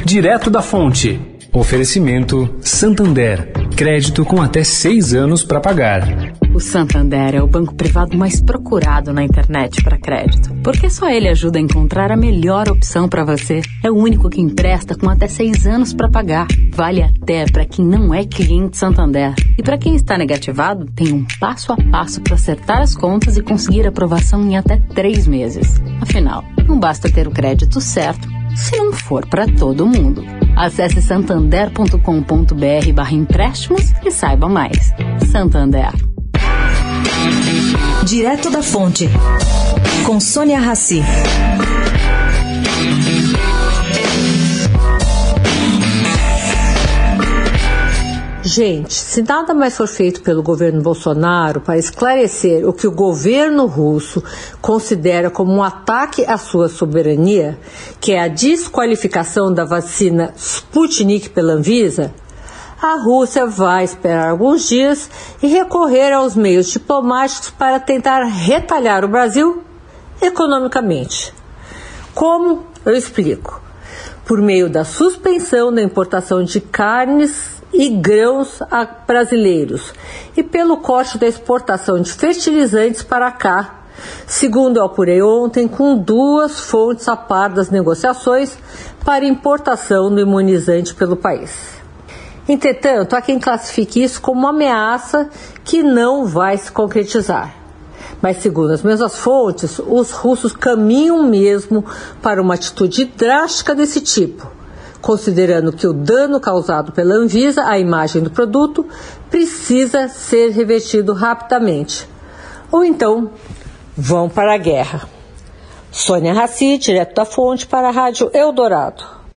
Direto da fonte. Oferecimento Santander. Crédito com até 6 anos para pagar. O Santander é o banco privado mais procurado na internet para crédito, porque só ele ajuda a encontrar a melhor opção para você. É o único que empresta com até 6 anos para pagar. Vale até para quem não é cliente Santander. E para quem está negativado, tem um passo a passo para acertar as contas e conseguir aprovação em até 3 meses. Afinal, não basta ter o crédito certo, se não for para todo mundo. Acesse santander.com.br/empréstimos e saiba mais. Santander. Direto da fonte, com Sônia Rassi. Gente, se nada mais for feito pelo governo Bolsonaro para esclarecer o que o governo russo considera como um ataque à sua soberania, que é a desqualificação da vacina Sputnik pela Anvisa, a Rússia vai esperar alguns dias e recorrer aos meios diplomáticos para tentar retalhar o Brasil economicamente. Como? Eu explico. Por meio da suspensão da importação de carnes e grãos a brasileiros e pelo corte da exportação de fertilizantes para cá, segundo eu apurei ontem, com 2 fontes a par das negociações para importação do imunizante pelo país. Entretanto, há quem classifique isso como uma ameaça que não vai se concretizar. Mas, segundo as mesmas fontes, os russos caminham mesmo para uma atitude drástica desse tipo, considerando que o dano causado pela Anvisa à imagem do produto precisa ser revertido rapidamente. Ou então, vão para a guerra. Sônia Rassi, direto da fonte para a Rádio Eldorado.